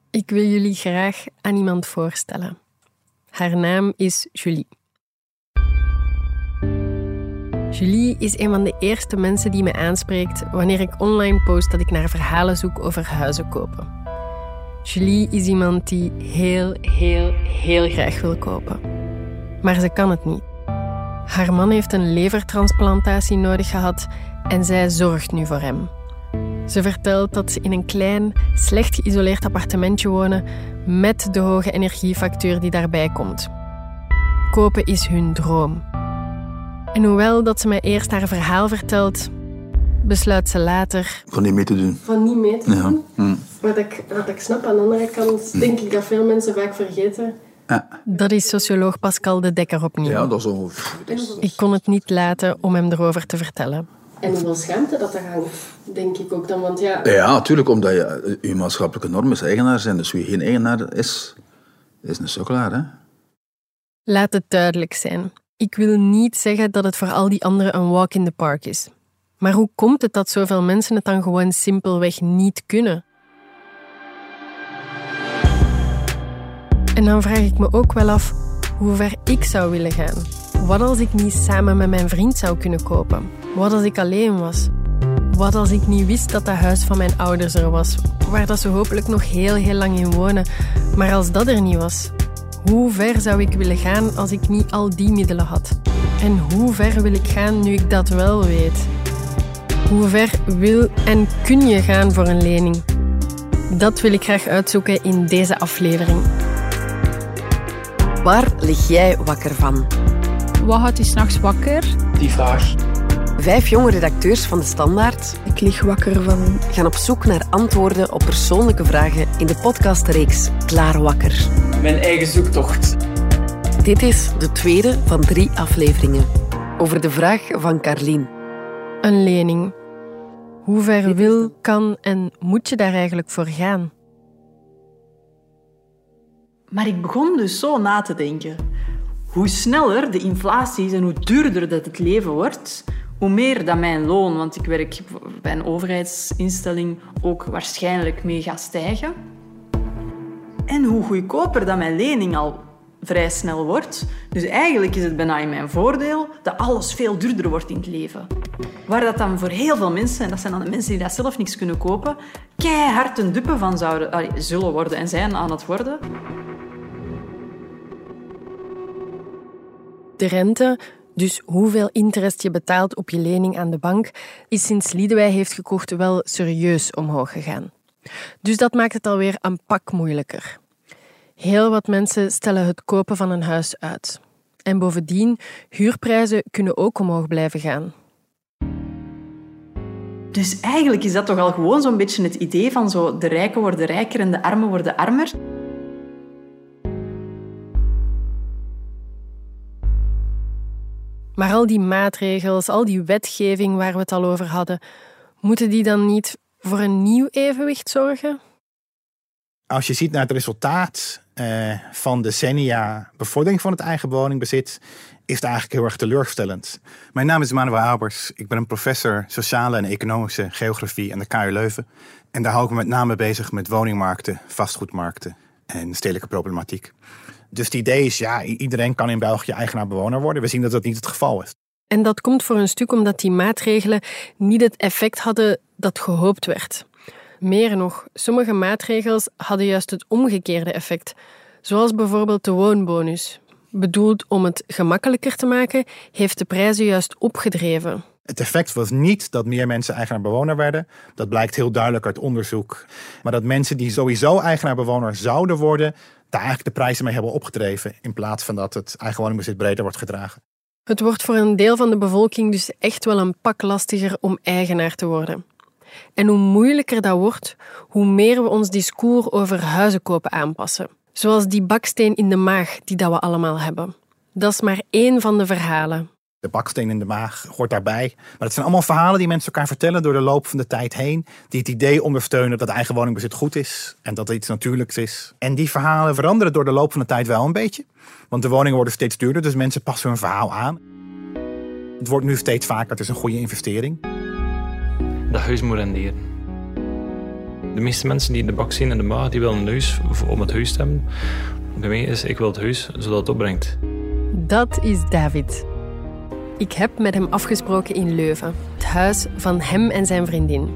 Ik wil jullie graag aan iemand voorstellen. Haar naam is Julie. Julie is een van de eerste mensen die me aanspreekt wanneer ik online post dat ik naar verhalen zoek over huizen kopen. Julie is iemand die heel graag wil kopen. Maar ze kan het niet. Haar man heeft een levertransplantatie nodig gehad en zij zorgt nu voor hem. Ze vertelt dat ze in een klein, slecht geïsoleerd appartementje wonen met de hoge energiefactuur die daarbij komt. Kopen is hun droom. En hoewel dat ze mij eerst haar verhaal vertelt, besluit ze later... Van niet mee te doen. Van niet mee te doen. Ja. Wat ik snap, aan de andere kant denk ik dat veel mensen vaak vergeten. Ja. Dat is socioloog Pascal de Dekker opnieuw. Ja, dat is ongeveer. Ik kon het niet laten om hem erover te vertellen. En hoeveel schaamte dat er hangt, denk ik ook dan. Want ja... Ja, natuurlijk, omdat je maatschappelijke norm is eigenaar zijn. Dus wie geen eigenaar is een sukkelaar, hè? Laat het duidelijk zijn. Ik wil niet zeggen dat het voor al die anderen een walk in the park is. Maar hoe komt het dat zoveel mensen het dan gewoon simpelweg niet kunnen? En dan vraag ik me ook wel af hoe ver ik zou willen gaan. Wat als ik niet samen met mijn vriend zou kunnen kopen? Wat als ik alleen was? Wat als ik niet wist dat huis van mijn ouders er was, waar dat ze hopelijk nog heel lang in wonen, maar als dat er niet was? Hoe ver zou ik willen gaan als ik niet al die middelen had? En hoe ver wil ik gaan nu ik dat wel weet? Hoe ver wil en kun je gaan voor een lening? Dat wil ik graag uitzoeken in deze aflevering. Waar lig jij wakker van? Wat houdt je 's nachts wakker? Die vraag. 5 jonge redacteurs van De Standaard Ik lig wakker van... gaan op zoek naar antwoorden op persoonlijke vragen in de podcastreeks Klaar Wakker. Mijn eigen zoektocht. Dit is de tweede van 3 afleveringen over de vraag van Carlien. Een lening. Hoe ver wil, kan en moet je daar eigenlijk voor gaan? Maar ik begon dus zo na te denken. Hoe sneller de inflatie is en hoe duurder dat het leven wordt, hoe meer dat mijn loon, want ik werk bij een overheidsinstelling, ook waarschijnlijk mee gaat stijgen. En hoe goedkoper dat mijn lening al vrij snel wordt. Dus eigenlijk is het bijna in mijn voordeel dat alles veel duurder wordt in het leven. Waar dat dan voor heel veel mensen, en dat zijn dan de mensen die dat zelf niks kunnen kopen, keihard een dupe van zullen worden en zijn aan het worden. De rente, dus hoeveel interest je betaalt op je lening aan de bank, is sinds Liedewij heeft gekocht wel serieus omhoog gegaan. Dus dat maakt het alweer een pak moeilijker. Heel wat mensen stellen het kopen van een huis uit. En bovendien, huurprijzen kunnen ook omhoog blijven gaan. Dus eigenlijk is dat toch al gewoon zo'n beetje het idee van zo de rijken worden rijker en de armen worden armer. Maar al die maatregels, al die wetgeving waar we het al over hadden, moeten die dan niet voor een nieuw evenwicht zorgen? Als je ziet naar het resultaat van decennia bevordering van het eigen woningbezit, is het eigenlijk heel erg teleurstellend. Mijn naam is Manuel Albers. Ik ben een professor sociale en economische geografie aan de KU Leuven. En daar hou ik me met name bezig met woningmarkten, vastgoedmarkten en stedelijke problematiek. Dus het idee is, ja, iedereen kan in België eigenaar-bewoner worden. We zien dat dat niet het geval is. En dat komt voor een stuk omdat die maatregelen niet het effect hadden dat gehoopt werd. Meer nog, sommige maatregels hadden juist het omgekeerde effect. Zoals bijvoorbeeld de woonbonus. Bedoeld om het gemakkelijker te maken, heeft de prijzen juist opgedreven. Het effect was niet dat meer mensen eigenaar-bewoner werden. Dat blijkt heel duidelijk uit onderzoek. Maar dat mensen die sowieso eigenaar-bewoner zouden worden, daar eigenlijk de prijzen mee hebben opgedreven, in plaats van dat het eigen woningbezit breder wordt gedragen. Het wordt voor een deel van de bevolking dus echt wel een pak lastiger om eigenaar te worden. En hoe moeilijker dat wordt, hoe meer we ons discours over huizen kopen aanpassen. Zoals die baksteen in de maag die dat we allemaal hebben. Dat is maar één van de verhalen. De baksteen in de maag hoort daarbij. Maar het zijn allemaal verhalen die mensen elkaar vertellen door de loop van de tijd heen. Die het idee ondersteunen dat eigen woningbezit goed is. En dat het iets natuurlijks is. En die verhalen veranderen door de loop van de tijd wel een beetje. Want de woningen worden steeds duurder, dus mensen passen hun verhaal aan. Het wordt nu steeds vaker, het is een goede investering. Dat huis moet renderen. De meeste mensen die in de bak zien en de maag, die willen een huis om het huis te hebben. Bij mij is, ik wil het huis, zodat het opbrengt. Dat is David. Ik heb met hem afgesproken in Leuven, het huis van hem en zijn vriendin.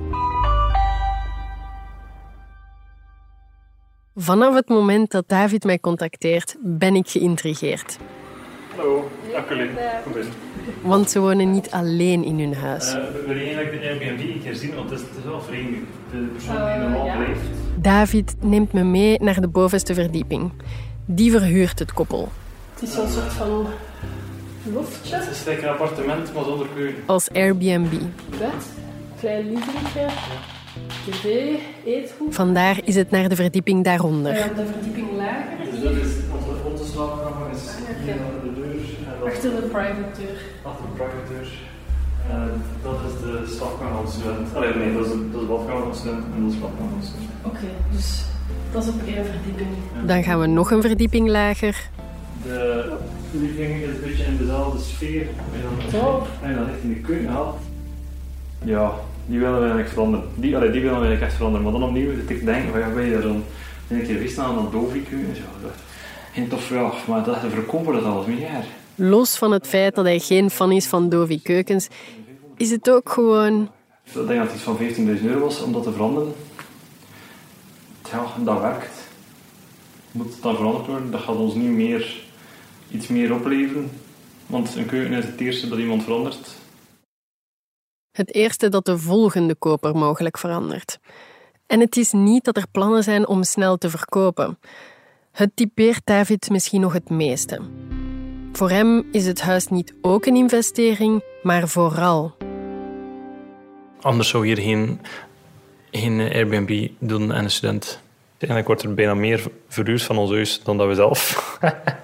Vanaf het moment dat David mij contacteert, ben ik geïntrigeerd. Hallo, dank jullie. Kom in. Want ze wonen niet alleen in hun huis. We willen eigenlijk de Airbnb een keer zien, want het is wel vreemd. De persoon die normaal blijft. David neemt me mee naar de bovenste verdieping. Die verhuurt het koppel. Het is zo'n soort van loftje. Het is lekker een appartement, maar zonder keuken. Als Airbnb. Bed, klein livingje, tv, eethoek. Vandaar is het naar de verdieping daaronder. Op de verdieping lager. Dus dat is onze slaapkamer, is hier achter de deur. Achter de private deur. Achter de private deur. Dat is de slaapkamer van de student. Allee, nee, dat is de badkamer van de student en dat is de slaapkamer van de student. Oké, dus dat is op één verdieping. Dan gaan we nog een verdieping lager. De living is een beetje in dezelfde sfeer. En dan echt in de keuken haalt. Ja, die willen we eigenlijk veranderen. Die willen we eigenlijk echt veranderen. Maar dan opnieuw zit ik te denken, van, ja, ben je daar dan een keer geweest aan dat Dovi-keuken? Geen tof, ja, maar dat verkopen dat alles meer. Los van het feit dat hij geen fan is van Dovi keukens, is het ook gewoon... Ik denk dat het iets van €15.000 was om dat te veranderen. Ja, dat werkt. Moet het dan veranderd worden? Dat gaat ons niet iets meer opleveren. Want een keuken is het eerste dat iemand verandert. Het eerste dat de volgende koper mogelijk verandert. En het is niet dat er plannen zijn om snel te verkopen. Het typeert David misschien nog het meeste. Voor hem is het huis niet ook een investering, maar vooral. Anders zou hier geen Airbnb doen en een student. Eigenlijk wordt er bijna meer verhuurd van ons huis dan dat we zelf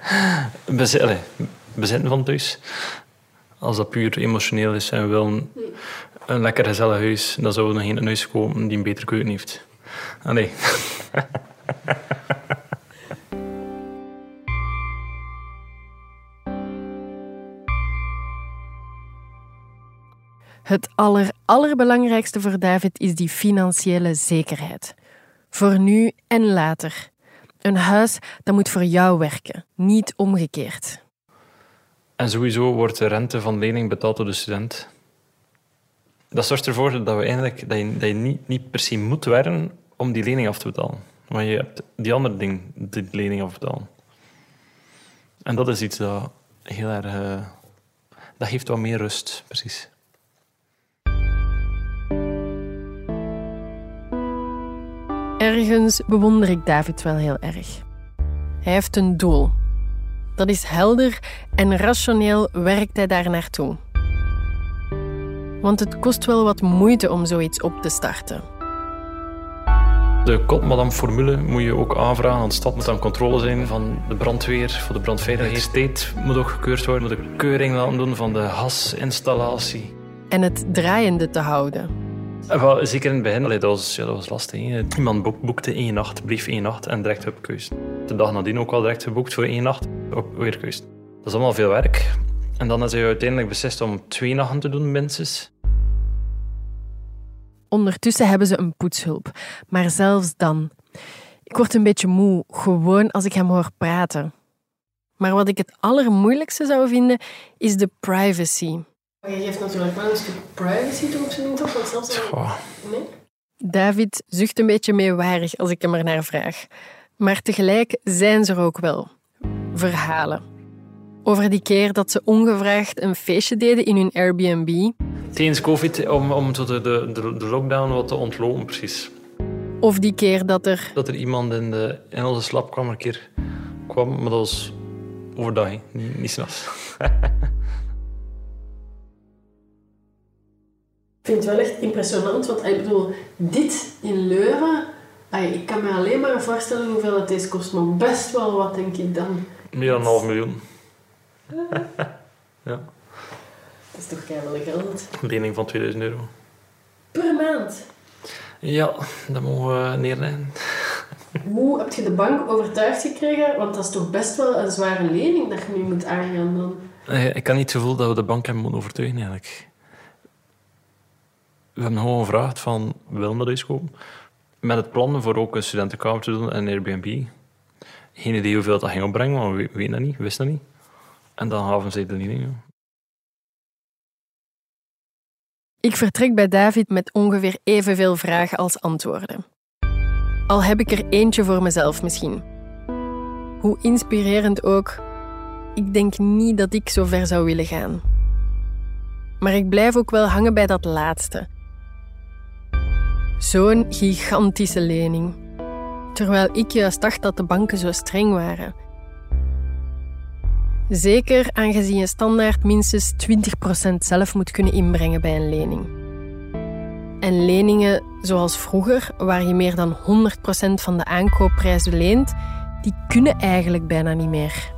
bezitten van het huis. Als dat puur emotioneel is en we willen een lekker gezellig huis, dan zouden we nog geen huis kopen die een betere keuken heeft. Allee. Het allerbelangrijkste voor David is die financiële zekerheid. Voor nu en later. Een huis dat moet voor jou werken, niet omgekeerd. En sowieso wordt de rente van lening betaald door de student. Dat zorgt ervoor dat je niet per se moet werken om die lening af te betalen. Maar je hebt die andere ding, die lening afbetalen. En dat is iets dat heel erg... dat geeft wat meer rust, precies. Ergens bewonder ik David wel heel erg. Hij heeft een doel. Dat is helder en rationeel werkt hij daar naartoe. Want het kost wel wat moeite om zoiets op te starten. De Kotmadam-formule moet je ook aanvragen aan de stad. Moet aan controle zijn van de brandweer, voor de brandveiligheid. De steed moet ook gekeurd worden. Moet de keuring laten doen van de gasinstallatie. En het draaiende te houden. Wel, zeker in het begin, dat was lastig. Hè. Iemand boekte 1 nacht, bleef 1 nacht en direct op keus. De dag nadien ook al direct geboekt voor 1 nacht, ook weer keus. Dat is allemaal veel werk. En dan is hij uiteindelijk beslist om 2 nachten te doen, minstens. Ondertussen hebben ze een poetshulp. Maar zelfs dan. Ik word een beetje moe, gewoon als ik hem hoor praten. Maar wat ik het allermoeilijkste zou vinden, is de privacy. Je geeft natuurlijk wel een stuk privacy toe op zijn internet, want zelfs... Nee? David zucht een beetje meewarig als ik hem er naar vraag. Maar tegelijk zijn ze er ook wel. Verhalen. Over die keer dat ze ongevraagd een feestje deden in hun Airbnb. Tijdens COVID, om de lockdown wat te ontlopen, precies. Of die keer dat er iemand in onze slaapkamer een keer kwam, maar dat was overdag, niet 's nachts. Ik vind het wel echt impressionant, want ik bedoel, dit in Leuven, ik kan me alleen maar voorstellen hoeveel het deze kost, maar best wel wat, denk ik dan. Meer dan €500.000. Ja. Dat is toch keihard geld. Een lening van €2000. Per maand? Ja, dat mogen we neerleggen. Hoe heb je de bank overtuigd gekregen? Want dat is toch best wel een zware lening dat je nu moet aangaan dan. Ik kan niet het gevoel dat we de bank hebben moeten overtuigen, eigenlijk. We hebben gewoon gevraagd van, we willen dat huis kopen. met het plan voor ook een studentenkamer te doen en Airbnb. Geen idee hoeveel dat ging opbrengen, maar we weten dat niet, we wisten dat niet. En dan gaven ze de leningen. Ik vertrek bij David met ongeveer evenveel vragen als antwoorden. Al heb ik er eentje voor mezelf misschien. Hoe inspirerend ook, ik denk niet dat ik zo ver zou willen gaan. Maar ik blijf ook wel hangen bij dat laatste. Zo'n gigantische lening. Terwijl ik juist dacht dat de banken zo streng waren. Zeker aangezien je standaard minstens 20% zelf moet kunnen inbrengen bij een lening. En leningen zoals vroeger, waar je meer dan 100% van de aankoopprijs leent, die kunnen eigenlijk bijna niet meer.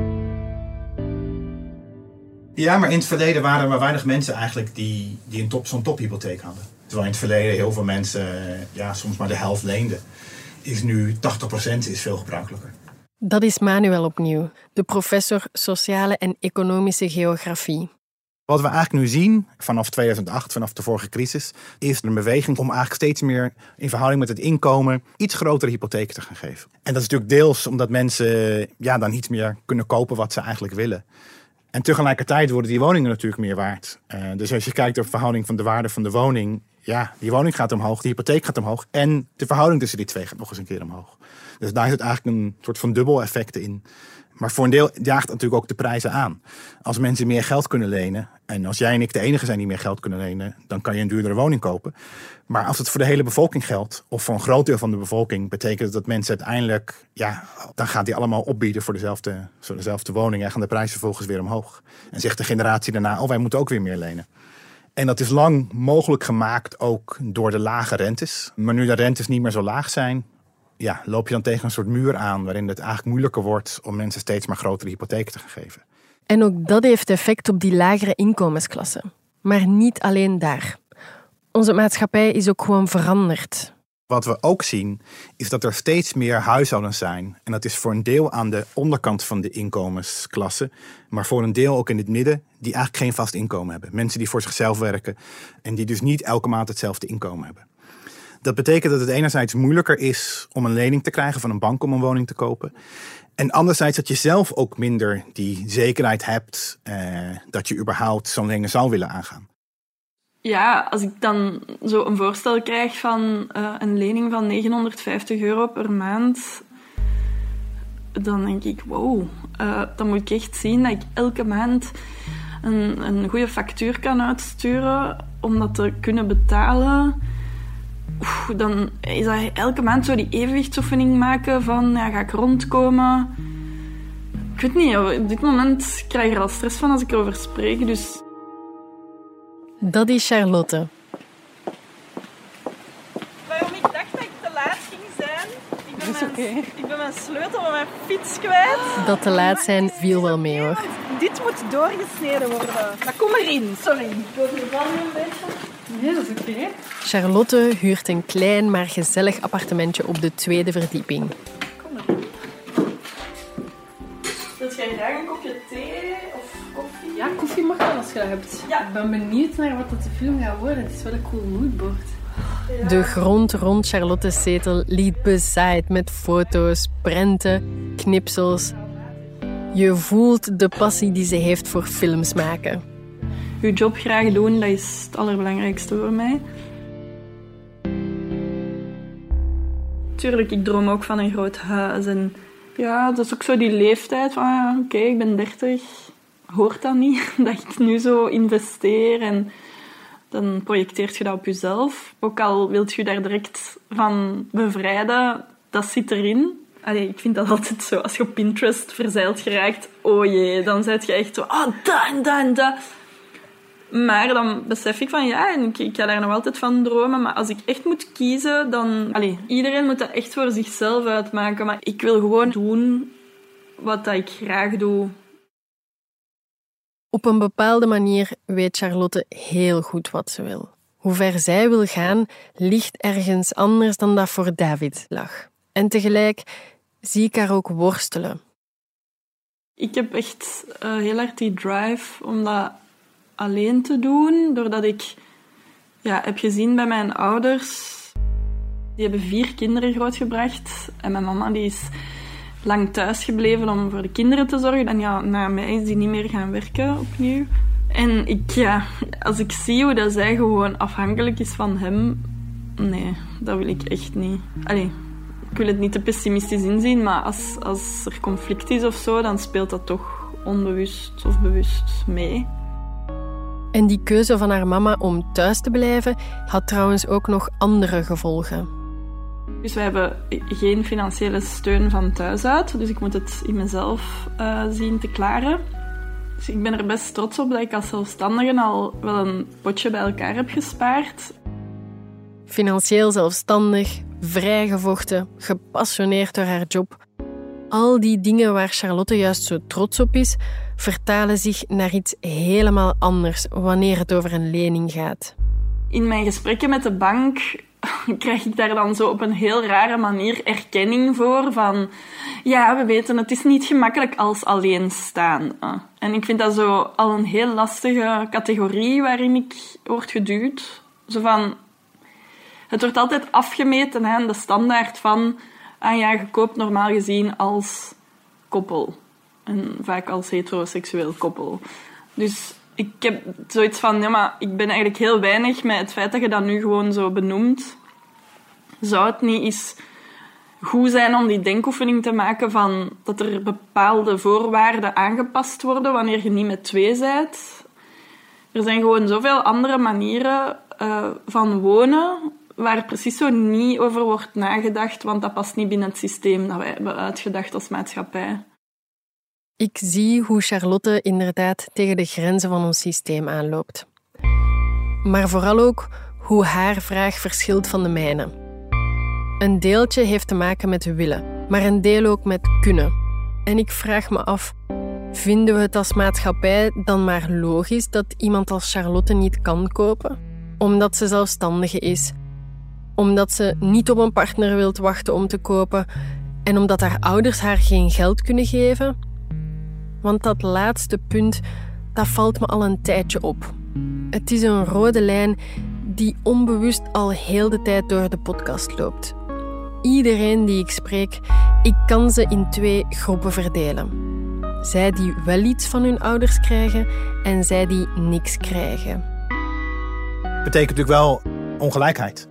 Ja, maar in het verleden waren er maar weinig mensen eigenlijk die zo'n tophypotheek hadden. Terwijl in het verleden heel veel mensen soms maar de helft leenden. Is nu 80% is veel gebruikelijker. Dat is Manuel opnieuw, de professor sociale en economische geografie. Wat we eigenlijk nu zien, vanaf 2008, vanaf de vorige crisis, is er een beweging om eigenlijk steeds meer in verhouding met het inkomen iets grotere hypotheken te gaan geven. En dat is natuurlijk deels omdat mensen dan iets meer kunnen kopen wat ze eigenlijk willen. En tegelijkertijd worden die woningen natuurlijk meer waard. Dus als je kijkt op de verhouding van de waarde van de woning, die woning gaat omhoog, de hypotheek gaat omhoog en de verhouding tussen die twee gaat nog eens een keer omhoog. Dus daar zit eigenlijk een soort van dubbel effecten in. Maar voor een deel jaagt het natuurlijk ook de prijzen aan. Als mensen meer geld kunnen lenen, en als jij en ik de enige zijn die meer geld kunnen lenen, dan kan je een duurdere woning kopen. Maar als het voor de hele bevolking geldt, of voor een groot deel van de bevolking, betekent het dat mensen uiteindelijk, dan gaan die allemaal opbieden voor dezelfde woning en gaan de prijzen vervolgens weer omhoog. En zegt de generatie daarna, wij moeten ook weer meer lenen. En dat is lang mogelijk gemaakt ook door de lage rentes. Maar nu de rentes niet meer zo laag zijn, loop je dan tegen een soort muur aan waarin het eigenlijk moeilijker wordt om mensen steeds maar grotere hypotheken te gaan geven. En ook dat heeft effect op die lagere inkomensklassen. Maar niet alleen daar. Onze maatschappij is ook gewoon veranderd. Wat we ook zien, is dat er steeds meer huishoudens zijn. En dat is voor een deel aan de onderkant van de inkomensklasse, maar voor een deel ook in het midden, die eigenlijk geen vast inkomen hebben. Mensen die voor zichzelf werken en die dus niet elke maand hetzelfde inkomen hebben. Dat betekent dat het enerzijds moeilijker is om een lening te krijgen van een bank om een woning te kopen. En anderzijds dat je zelf ook minder die zekerheid hebt dat je überhaupt zo'n lening zou willen aangaan. Ja, als ik dan zo een voorstel krijg van een lening van €950 per maand, dan denk ik, wow, dan moet ik echt zien dat ik elke maand een goede factuur kan uitsturen om dat te kunnen betalen. Dan is dat elke maand zo die evenwichtsoefening maken van, ga ik rondkomen? Ik weet niet, op dit moment krijg ik er al stress van als ik erover spreek, dus... Dat is Charlotte. Waarom ik dacht dat ik te laat ging zijn? Ik ben mijn sleutel van mijn fiets kwijt. Dat te laat zijn viel wel mee, hoor. Dit moet doorgesneden worden. Maar kom erin, sorry. Ik overval nu een beetje. Nee, dat is oké. Charlotte huurt een klein maar gezellig appartementje op de 2e verdieping. Kom erin. Wilt jij graag een kopje thee of koffie? Ja, koffie mag wel als je dat hebt. Ja. Ik ben benieuwd naar wat de film gaat worden. Het is wel een cool moodboard. Ja. De grond rond Charlotte's zetel ligt bezaaid met foto's, prenten, knipsels. Je voelt de passie die ze heeft voor films maken. Je job graag doen, dat is het allerbelangrijkste voor mij. Tuurlijk, ik droom ook van een groot huis. En ja, dat is ook zo die leeftijd van, oké, ik ben 30. Hoort dat niet, dat ik nu zo investeer en dan projecteert je dat op jezelf. Ook al wilt je daar direct van bevrijden, dat zit erin. Allee, ik vind dat altijd zo, als je op Pinterest verzeild geraakt, oh jee, dan zit je echt zo, dat en dat. Maar dan besef ik van, ik ga daar nog altijd van dromen, maar als ik echt moet kiezen, dan... iedereen moet dat echt voor zichzelf uitmaken, maar ik wil gewoon doen wat dat ik graag doe. Op een bepaalde manier weet Charlotte heel goed wat ze wil. Hoe ver zij wil gaan, ligt ergens anders dan dat voor David lag. En tegelijk zie ik haar ook worstelen. Ik heb echt heel hard die drive om dat alleen te doen, doordat ik heb gezien bij mijn ouders Die hebben 4 kinderen grootgebracht. En mijn mama die is lang thuis gebleven om voor de kinderen te zorgen. En ja, na mij is die niet meer gaan werken opnieuw. En als ik zie hoe dat zij gewoon afhankelijk is van hem... Nee, dat wil ik echt niet. Allee, ik wil het niet te pessimistisch inzien, maar als er conflict is of zo, dan speelt dat toch onbewust of bewust mee. En die keuze van haar mama om thuis te blijven had trouwens ook nog andere gevolgen. Dus wij hebben geen financiële steun van thuis uit, dus ik moet het in mezelf zien te klaren. Dus ik ben er best trots op dat ik als zelfstandige al wel een potje bij elkaar heb gespaard. Financieel zelfstandig, vrijgevochten, gepassioneerd door haar job. Al die dingen waar Charlotte juist zo trots op is, vertalen zich naar iets helemaal anders wanneer het over een lening gaat. In mijn gesprekken met de bank krijg ik daar dan zo op een heel rare manier erkenning voor van... Ja, we weten, het is niet gemakkelijk als alleenstaande. En ik vind dat zo al een heel lastige categorie waarin ik word geduwd. Zo van... Het wordt altijd afgemeten aan de standaard van... je koopt normaal gezien als koppel. En vaak als heteroseksueel koppel. Dus ik heb zoiets van... Ja, maar ik ben eigenlijk heel weinig met het feit dat je dat nu gewoon zo benoemt. Zou het niet eens goed zijn om die denkoefening te maken van... dat er bepaalde voorwaarden aangepast worden wanneer je niet met 2 bent? Er zijn gewoon zoveel andere manieren van wonen... waar precies zo niet over wordt nagedacht, want dat past niet binnen het systeem dat wij hebben uitgedacht als maatschappij. Ik zie hoe Charlotte inderdaad tegen de grenzen van ons systeem aanloopt. Maar vooral ook hoe haar vraag verschilt van de mijne. Een deeltje heeft te maken met willen, maar een deel ook met kunnen. En ik vraag me af, vinden we het als maatschappij dan maar logisch dat iemand als Charlotte niet kan kopen? Omdat ze zelfstandige is... Omdat ze niet op een partner wilt wachten om te kopen en omdat haar ouders haar geen geld kunnen geven? Want dat laatste punt, dat valt me al een tijdje op. Het is een rode lijn die onbewust al heel de tijd door de podcast loopt. Iedereen die ik spreek, ik kan ze in 2 groepen verdelen. Zij die wel iets van hun ouders krijgen en zij die niks krijgen. Betekent natuurlijk wel ongelijkheid.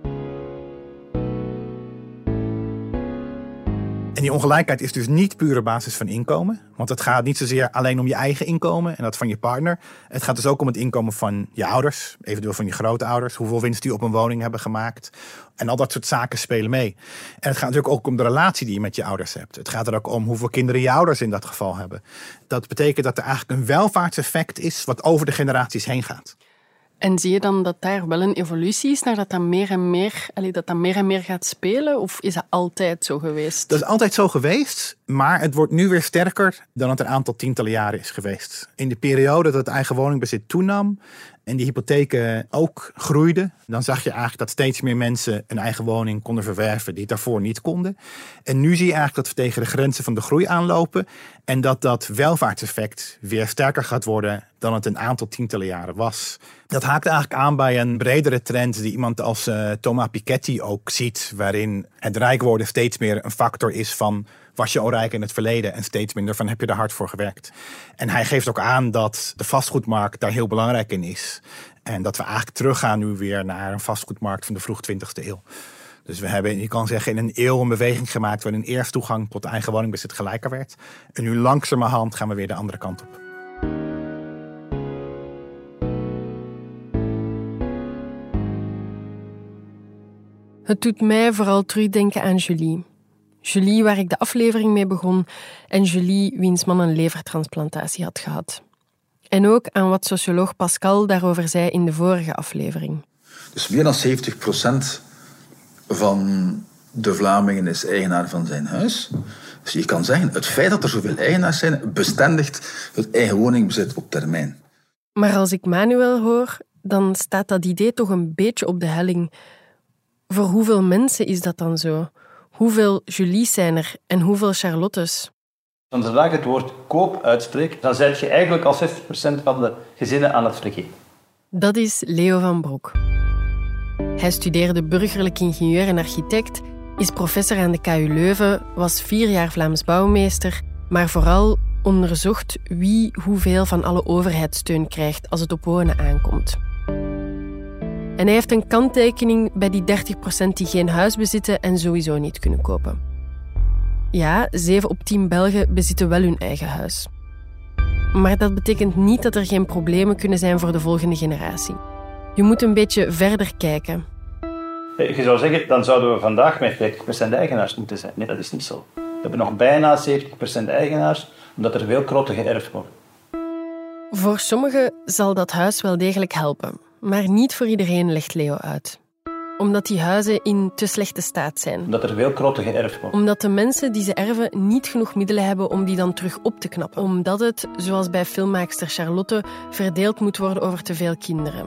En die ongelijkheid is dus niet puur op basis van inkomen. Want het gaat niet zozeer alleen om je eigen inkomen en dat van je partner. Het gaat dus ook om het inkomen van je ouders, eventueel van je grootouders. Hoeveel winst die op een woning hebben gemaakt. En al dat soort zaken spelen mee. En het gaat natuurlijk ook om de relatie die je met je ouders hebt. Het gaat er ook om hoeveel kinderen je ouders in dat geval hebben. Dat betekent dat er eigenlijk een welvaartseffect is wat over de generaties heen gaat. En zie je dan dat daar wel een evolutie is naar dat meer en meer gaat spelen? Of is dat altijd zo geweest? Dat is altijd zo geweest, maar het wordt nu weer sterker dan het een aantal tientallen jaren is geweest. In de periode dat het eigen woningbezit toenam en die hypotheken ook groeiden, dan zag je eigenlijk dat steeds meer mensen een eigen woning konden verwerven die het daarvoor niet konden. En nu zie je eigenlijk dat we tegen de grenzen van de groei aanlopen en dat welvaartseffect weer sterker gaat worden dan het een aantal tientallen jaren was. Dat haakt eigenlijk aan bij een bredere trend die iemand als Thomas Piketty ook ziet, waarin het rijk worden steeds meer een factor is van was je al rijk in het verleden en steeds minder van heb je er hard voor gewerkt. En hij geeft ook aan dat de vastgoedmarkt daar heel belangrijk in is. En dat we eigenlijk teruggaan nu weer naar een vastgoedmarkt van de vroeg 20e eeuw. Dus we hebben, je kan zeggen, in een eeuw een beweging gemaakt waarin eerst toegang tot eigen woningbezit gelijker werd. En nu langzamerhand gaan we weer de andere kant op. Het doet mij vooral terugdenken aan Julie. Julie, waar ik de aflevering mee begon, en Julie, wiens man een levertransplantatie had gehad. En ook aan wat socioloog Pascal daarover zei in de vorige aflevering. Dus meer dan 70% van de Vlamingen is eigenaar van zijn huis. Dus je kan zeggen, het feit dat er zoveel eigenaars zijn, bestendigt het eigen woningbezit op termijn. Maar als ik Manuel hoor, dan staat dat idee toch een beetje op de helling. Voor hoeveel mensen is dat dan zo? Hoeveel Julie's zijn er en hoeveel Charlottes? Zodra ik het woord koop uitspreek, dan zet je eigenlijk al 60% van de gezinnen aan het vergeten. Dat is Leo van Broek. Hij studeerde burgerlijk ingenieur en architect, is professor aan de KU Leuven, was 4 jaar Vlaams bouwmeester, maar vooral onderzocht wie hoeveel van alle overheidssteun krijgt als het op wonen aankomt. En hij heeft een kanttekening bij die 30% die geen huis bezitten en sowieso niet kunnen kopen. Ja, 7 op 10 Belgen bezitten wel hun eigen huis. Maar dat betekent niet dat er geen problemen kunnen zijn voor de volgende generatie. Je moet een beetje verder kijken. Je zou zeggen, dan zouden we vandaag met 40% eigenaars moeten zijn. Nee, dat is niet zo. We hebben nog bijna 70% eigenaars, omdat er veel krotten geërfd worden. Voor sommigen zal dat huis wel degelijk helpen. Maar niet voor iedereen, legt Leo uit. Omdat die huizen in te slechte staat zijn. Omdat er veel krotten geërfd worden. Omdat de mensen die ze erven niet genoeg middelen hebben om die dan terug op te knappen. Omdat het, zoals bij filmmaakster Charlotte, verdeeld moet worden over te veel kinderen.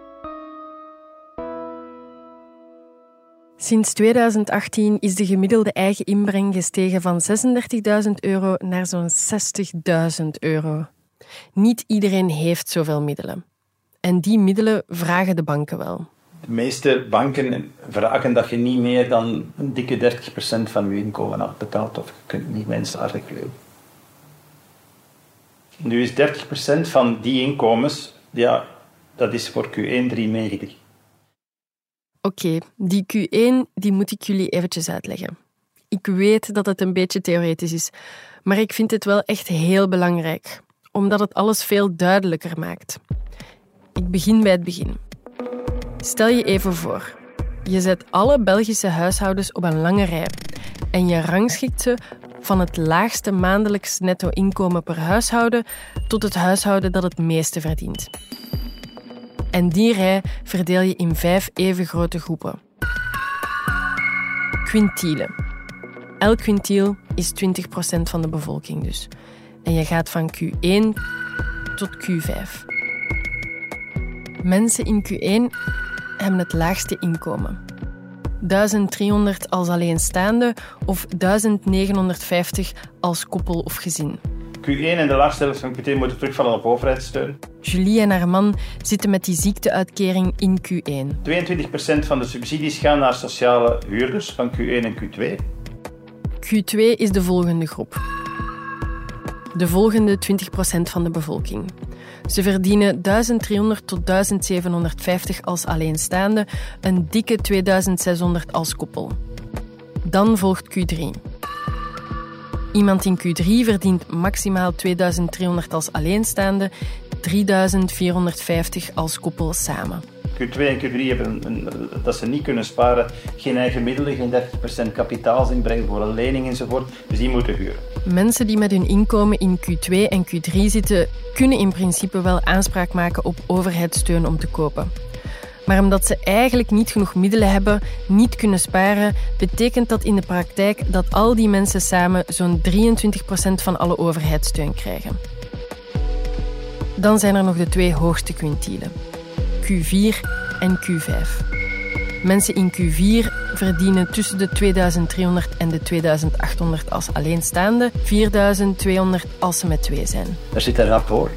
Sinds 2018 is de gemiddelde eigen inbreng gestegen van €36.000 naar zo'n €60.000. Niet iedereen heeft zoveel middelen. En die middelen vragen de banken wel. De meeste banken vragen dat je niet meer dan een dikke 30% van je inkomen afbetaalt, of je kunt niet mensen arresteren. Nu is 30% van die inkomens, ja, dat is voor Q1 3,90. Oké, die Q1 die moet ik jullie eventjes uitleggen. Ik weet dat het een beetje theoretisch is, maar ik vind het wel echt heel belangrijk, omdat het alles veel duidelijker maakt. Ik begin bij het begin. Stel je even voor, je zet alle Belgische huishoudens op een lange rij en je rangschikt ze van het laagste maandelijks netto-inkomen per huishouden tot het huishouden dat het meeste verdient. En die rij verdeel je in 5 even grote groepen. Quintielen. Elk quintiel is 20% van de bevolking dus. En je gaat van Q1 tot Q5. Mensen in Q1 hebben het laagste inkomen. 1.300 als alleenstaande of 1.950 als koppel of gezin. Q1 en de laagste helft van Q2 moeten terugvallen op overheidssteun. Julie en haar man zitten met die ziekteuitkering in Q1. 22% van de subsidies gaan naar sociale huurders van Q1 en Q2. Q2 is de volgende groep. De volgende 20% van de bevolking. Ze verdienen 1.300 tot 1.750 als alleenstaande, een dikke 2.600 als koppel. Dan volgt Q3. Iemand in Q3 verdient maximaal 2.300 als alleenstaande, 3.450 als koppel samen. Q2 en Q3 hebben dat ze niet kunnen sparen, geen eigen middelen, geen 30% kapitaalsinbreng voor een lening enzovoort, dus die moeten huren. Mensen die met hun inkomen in Q2 en Q3 zitten, kunnen in principe wel aanspraak maken op overheidssteun om te kopen. Maar omdat ze eigenlijk niet genoeg middelen hebben, niet kunnen sparen, betekent dat in de praktijk dat al die mensen samen zo'n 23% van alle overheidssteun krijgen. Dan zijn er nog de 2 hoogste quintielen. Q4 en Q5. Mensen in Q4 verdienen tussen de 2.300 en de 2.800 als alleenstaande, 4.200 als ze met 2 zijn. Daar zit een rapport.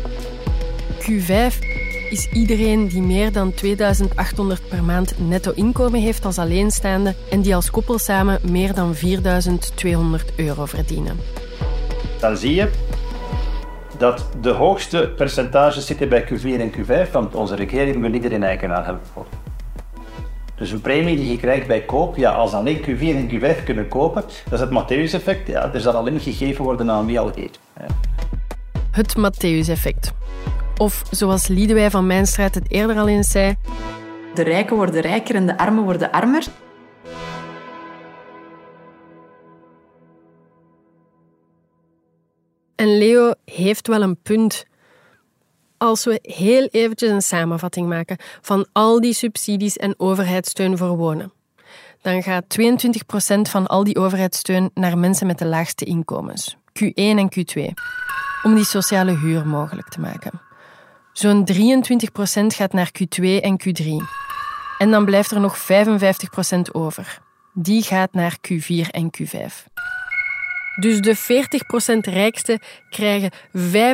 Q5 is iedereen die meer dan 2.800 per maand netto inkomen heeft als alleenstaande en die als koppel samen meer dan €4.200 verdienen. Dan zie je dat de hoogste percentages zitten bij Q4 en Q5, want onze regering wil iedereen eigenaar hebben. Dus een premie die je krijgt bij koop, ja, als alleen Q4 en Q5 kunnen kopen, dat is het Matthäus-effect, ja, er zal alleen gegeven worden aan wie al geeft. Ja. Het Matthäus-effect. Of zoals Liedewij van Mijnstraat het eerder al eens zei, De rijken worden rijker en de armen worden armer. En Leo heeft wel een punt. Als we heel eventjes een samenvatting maken van al die subsidies en overheidssteun voor wonen, dan gaat 22% van al die overheidssteun naar mensen met de laagste inkomens, Q1 en Q2, om die sociale huur mogelijk te maken. Zo'n 23% gaat naar Q2 en Q3. En dan blijft er nog 55% over. Die gaat naar Q4 en Q5. Dus de 40% rijkste krijgen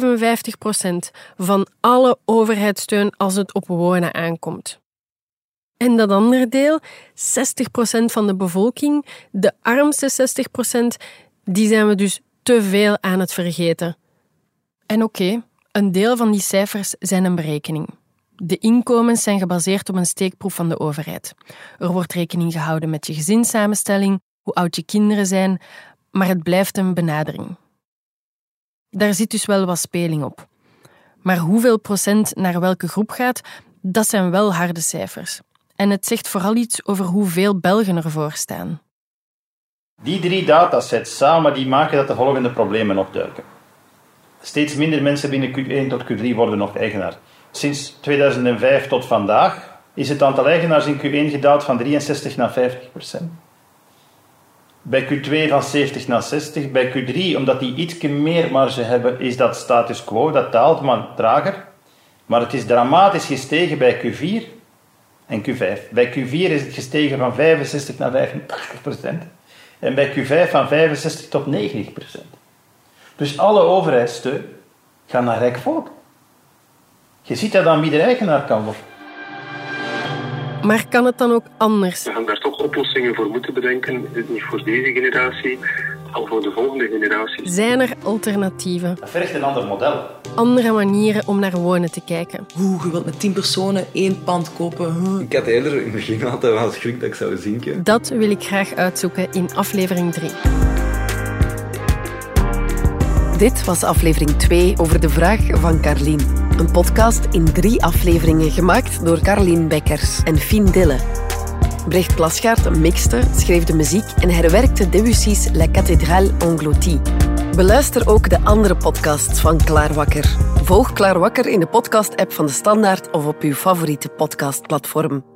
55% van alle overheidssteun als het op wonen aankomt. En dat andere deel, 60% van de bevolking, de armste 60%, die zijn we dus te veel aan het vergeten. En oké, een deel van die cijfers zijn een berekening. De inkomens zijn gebaseerd op een steekproef van de overheid. Er wordt rekening gehouden met je gezinssamenstelling, hoe oud je kinderen zijn, maar het blijft een benadering. Daar zit dus wel wat speling op. Maar hoeveel procent naar welke groep gaat, dat zijn wel harde cijfers. En het zegt vooral iets over hoeveel Belgen ervoor staan. Die 3 datasets samen die maken dat de volgende problemen opduiken. Steeds minder mensen binnen Q1 tot Q3 worden nog eigenaar. Sinds 2005 tot vandaag is het aantal eigenaars in Q1 gedaald van 63 naar 50%. Bij Q2 van 70 naar 60. Bij Q3, omdat die iets meer marge hebben, is dat status quo. Dat daalt maar trager. Maar het is dramatisch gestegen bij Q4 en Q5. Bij Q4 is het gestegen van 65 naar 85%. En bij Q5 van 65 tot 90%. Dus alle overheidssteun gaat naar Rijksvolk. Je ziet dat dan wie de eigenaar kan worden. Maar kan het dan ook anders? We gaan daar toch oplossingen voor moeten bedenken. Niet voor deze generatie, al voor de volgende generatie. Zijn er alternatieven? Dat vergt een ander model. Andere manieren om naar wonen te kijken. Je wilt met 10 personen 1 pand kopen. Ik had eerder in het begin altijd wel schrik dat ik zou zinken. Dat wil ik graag uitzoeken in aflevering 3. Dit was aflevering 2 over de vraag van Carlien. Een podcast in 3 afleveringen gemaakt door Carlien Bekkers en Fien Dille. Brecht Plasgaard mixte, schreef de muziek en herwerkte Debussy's La Cathédrale Engloutie. Beluister ook de andere podcasts van Klaar Wakker. Volg Klaar Wakker in de podcast-app van De Standaard of op uw favoriete podcastplatform.